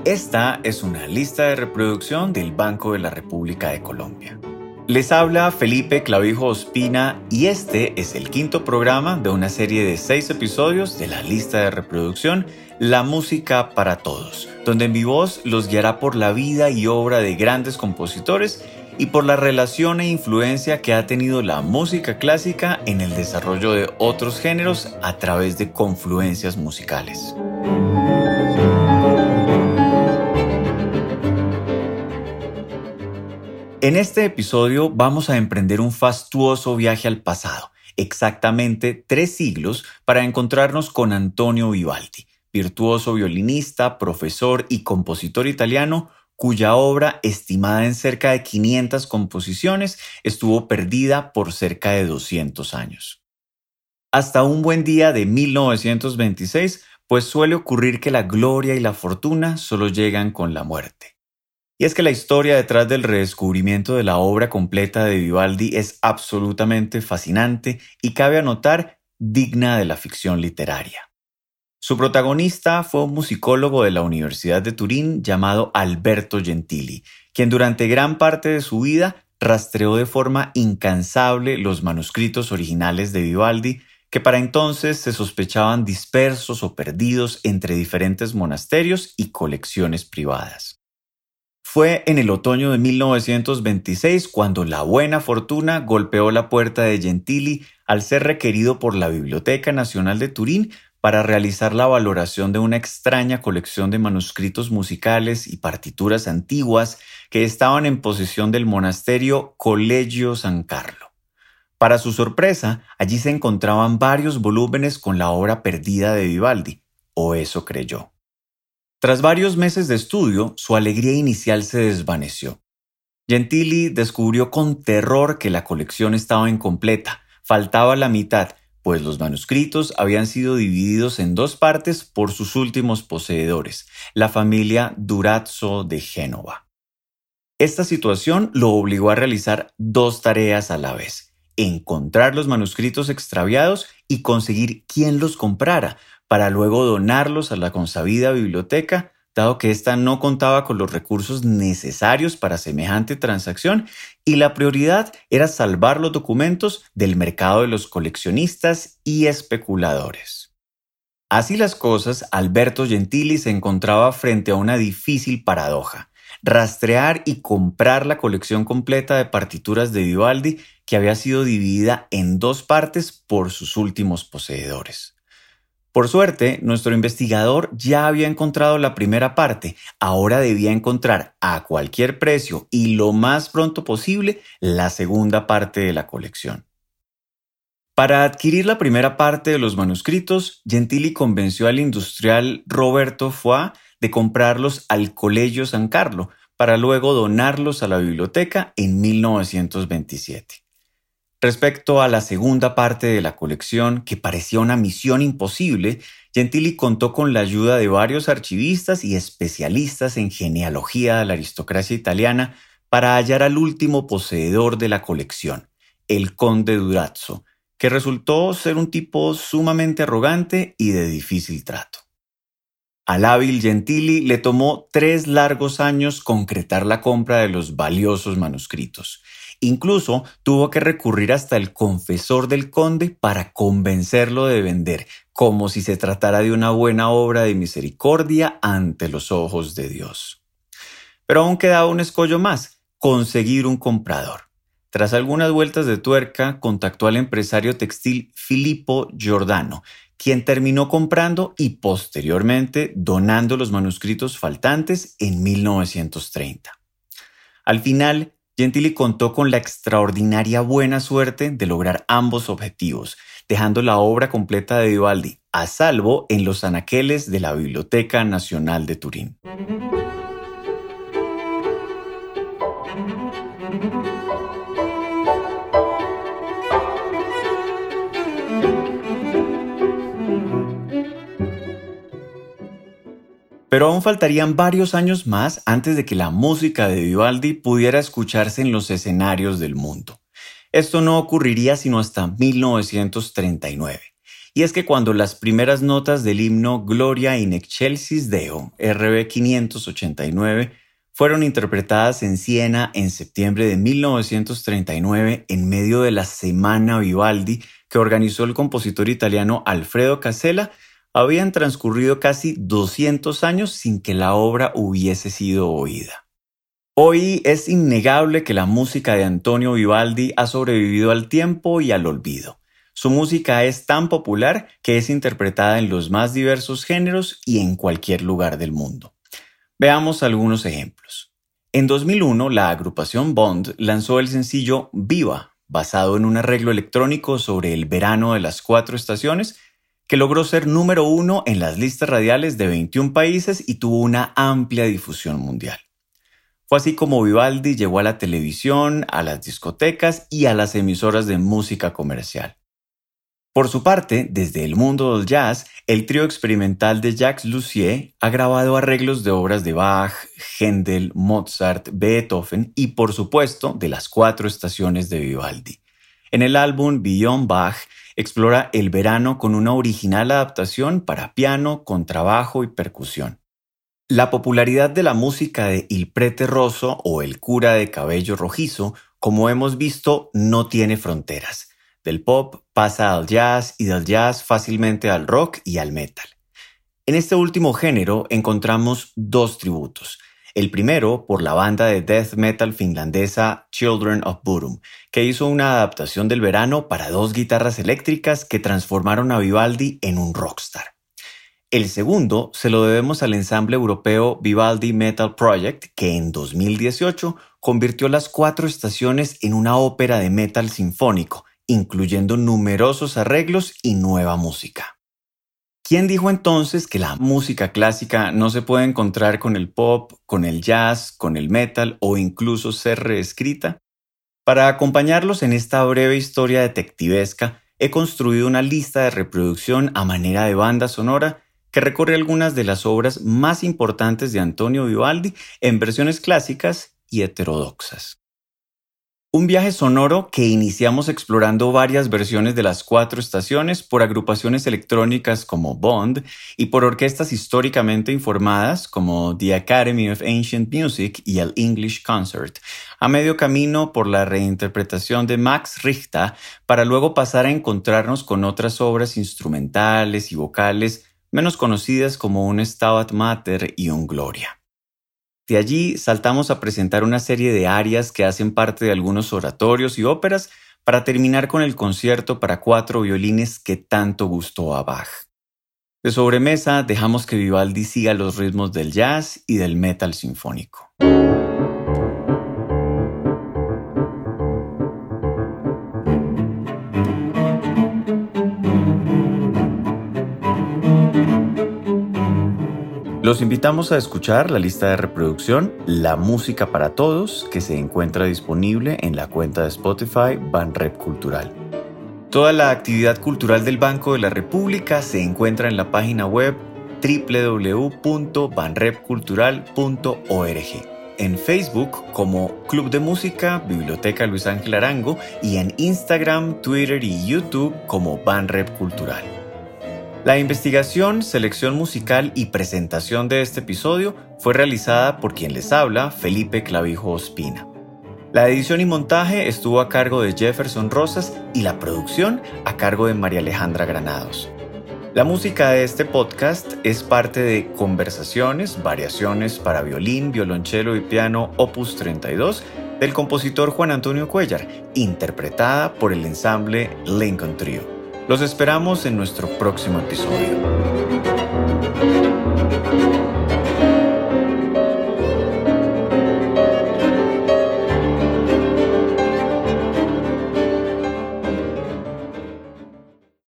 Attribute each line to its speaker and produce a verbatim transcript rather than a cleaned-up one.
Speaker 1: Esta es una lista de reproducción del Banco de la República de Colombia. Les habla Felipe Clavijo Ospina y este es el quinto programa de una serie de seis episodios de la lista de reproducción La Música para Todos, donde mi voz los guiará por la vida y obra de grandes compositores y por la relación e influencia que ha tenido la música clásica en el desarrollo de otros géneros a través de confluencias musicales. En este episodio vamos a emprender un fastuoso viaje al pasado, exactamente tres siglos, para encontrarnos con Antonio Vivaldi, virtuoso violinista, profesor y compositor italiano, cuya obra, estimada en cerca de quinientas composiciones, estuvo perdida por cerca de doscientos años. Hasta un buen día de mil novecientos veintiséis, pues suele ocurrir que la gloria y la fortuna solo llegan con la muerte. Y es que la historia detrás del redescubrimiento de la obra completa de Vivaldi es absolutamente fascinante y, cabe anotar, digna de la ficción literaria. Su protagonista fue un musicólogo de la Universidad de Turín llamado Alberto Gentili, quien durante gran parte de su vida rastreó de forma incansable los manuscritos originales de Vivaldi, que para entonces se sospechaban dispersos o perdidos entre diferentes monasterios y colecciones privadas. Fue en el otoño de mil novecientos veintiséis cuando la buena fortuna golpeó la puerta de Gentili al ser requerido por la Biblioteca Nacional de Turín para realizar la valoración de una extraña colección de manuscritos musicales y partituras antiguas que estaban en posesión del monasterio Collegio San Carlo. Para su sorpresa, allí se encontraban varios volúmenes con la obra perdida de Vivaldi, o eso creyó. Tras varios meses de estudio, su alegría inicial se desvaneció. Gentili descubrió con terror que la colección estaba incompleta, faltaba la mitad, pues los manuscritos habían sido divididos en dos partes por sus últimos poseedores, la familia Durazzo de Génova. Esta situación lo obligó a realizar dos tareas a la vez: encontrar los manuscritos extraviados y conseguir quién los comprara, para luego donarlos a la consabida biblioteca, dado que ésta no contaba con los recursos necesarios para semejante transacción y la prioridad era salvar los documentos del mercado de los coleccionistas y especuladores. Así las cosas, Alberto Gentili se encontraba frente a una difícil paradoja: rastrear y comprar la colección completa de partituras de Vivaldi que había sido dividida en dos partes por sus últimos poseedores. Por suerte, nuestro investigador ya había encontrado la primera parte. Ahora debía encontrar a cualquier precio y lo más pronto posible la segunda parte de la colección. Para adquirir la primera parte de los manuscritos, Gentili convenció al industrial Roberto Foix de comprarlos al Collegio San Carlo para luego donarlos a la biblioteca en mil novecientos veintisiete. Respecto a la segunda parte de la colección, que parecía una misión imposible, Gentili contó con la ayuda de varios archivistas y especialistas en genealogía de la aristocracia italiana para hallar al último poseedor de la colección, el conde Durazzo, que resultó ser un tipo sumamente arrogante y de difícil trato. Al hábil Gentili le tomó tres largos años concretar la compra de los valiosos manuscritos. Incluso tuvo que recurrir hasta el confesor del conde para convencerlo de vender, como si se tratara de una buena obra de misericordia ante los ojos de Dios. Pero aún quedaba un escollo más: conseguir un comprador. Tras algunas vueltas de tuerca, contactó al empresario textil Filippo Giordano, quien terminó comprando y posteriormente donando los manuscritos faltantes en mil novecientos treinta. Al final, Gentili contó con la extraordinaria buena suerte de lograr ambos objetivos, dejando la obra completa de Vivaldi a salvo en los anaqueles de la Biblioteca Nacional de Turín. Pero aún faltarían varios años más antes de que la música de Vivaldi pudiera escucharse en los escenarios del mundo. Esto no ocurriría sino hasta mil novecientos treinta y nueve. Y es que cuando las primeras notas del himno Gloria in excelsis Deo, R B quinientos ochenta y nueve, fueron interpretadas en Siena en septiembre de mil novecientos treinta y nueve en medio de la Semana Vivaldi que organizó el compositor italiano Alfredo Casella, habían transcurrido casi doscientos años sin que la obra hubiese sido oída. Hoy es innegable que la música de Antonio Vivaldi ha sobrevivido al tiempo y al olvido. Su música es tan popular que es interpretada en los más diversos géneros y en cualquier lugar del mundo. Veamos algunos ejemplos. En dos mil uno, la agrupación Bond lanzó el sencillo Viva, basado en un arreglo electrónico sobre el verano de las cuatro estaciones, que logró ser número uno en las listas radiales de veintiún países y tuvo una amplia difusión mundial. Fue así como Vivaldi llegó a la televisión, a las discotecas y a las emisoras de música comercial. Por su parte, desde el mundo del jazz, el trío experimental de Jacques Lussier ha grabado arreglos de obras de Bach, Händel, Mozart, Beethoven y, por supuesto, de las cuatro estaciones de Vivaldi. En el álbum Beyond Bach explora el verano con una original adaptación para piano, contrabajo y percusión. La popularidad de la música de Il Prete Rosso o El cura de cabello rojizo, como hemos visto, no tiene fronteras. Del pop pasa al jazz y del jazz fácilmente al rock y al metal. En este último género encontramos dos tributos. El primero por la banda de death metal finlandesa Children of Bodom, que hizo una adaptación del verano para dos guitarras eléctricas que transformaron a Vivaldi en un rockstar. El segundo se lo debemos al ensamble europeo Vivaldi Metal Project, que en dos mil dieciocho convirtió las cuatro estaciones en una ópera de metal sinfónico, incluyendo numerosos arreglos y nueva música. ¿Quién dijo entonces que la música clásica no se puede encontrar con el pop, con el jazz, con el metal o incluso ser reescrita? Para acompañarlos en esta breve historia detectivesca, he construido una lista de reproducción a manera de banda sonora que recorre algunas de las obras más importantes de Antonio Vivaldi en versiones clásicas y heterodoxas. Un viaje sonoro que iniciamos explorando varias versiones de las cuatro estaciones por agrupaciones electrónicas como Bond y por orquestas históricamente informadas como The Academy of Ancient Music y el English Concert, a medio camino por la reinterpretación de Max Richter para luego pasar a encontrarnos con otras obras instrumentales y vocales menos conocidas como un Stabat Mater y un Gloria. De allí saltamos a presentar una serie de arias que hacen parte de algunos oratorios y óperas para terminar con el concierto para cuatro violines que tanto gustó a Bach. De sobremesa dejamos que Vivaldi siga los ritmos del jazz y del metal sinfónico. Los invitamos a escuchar la lista de reproducción La Música para Todos, que se encuentra disponible en la cuenta de Spotify Banrep Cultural. Toda la actividad cultural del Banco de la República se encuentra en la página web doble u doble u doble u punto banrep cultural punto org, en Facebook como Club de Música Biblioteca Luis Ángel Arango y en Instagram, Twitter y YouTube como Banrep Cultural. La investigación, selección musical y presentación de este episodio fue realizada por quien les habla, Felipe Clavijo Ospina. La edición y montaje estuvo a cargo de Jefferson Rosas y la producción a cargo de María Alejandra Granados. La música de este podcast es parte de Conversaciones, variaciones para violín, violonchelo y piano opus treinta y dos del compositor Juan Antonio Cuéllar, interpretada por el ensamble Lincoln Trio. Los esperamos en nuestro próximo episodio.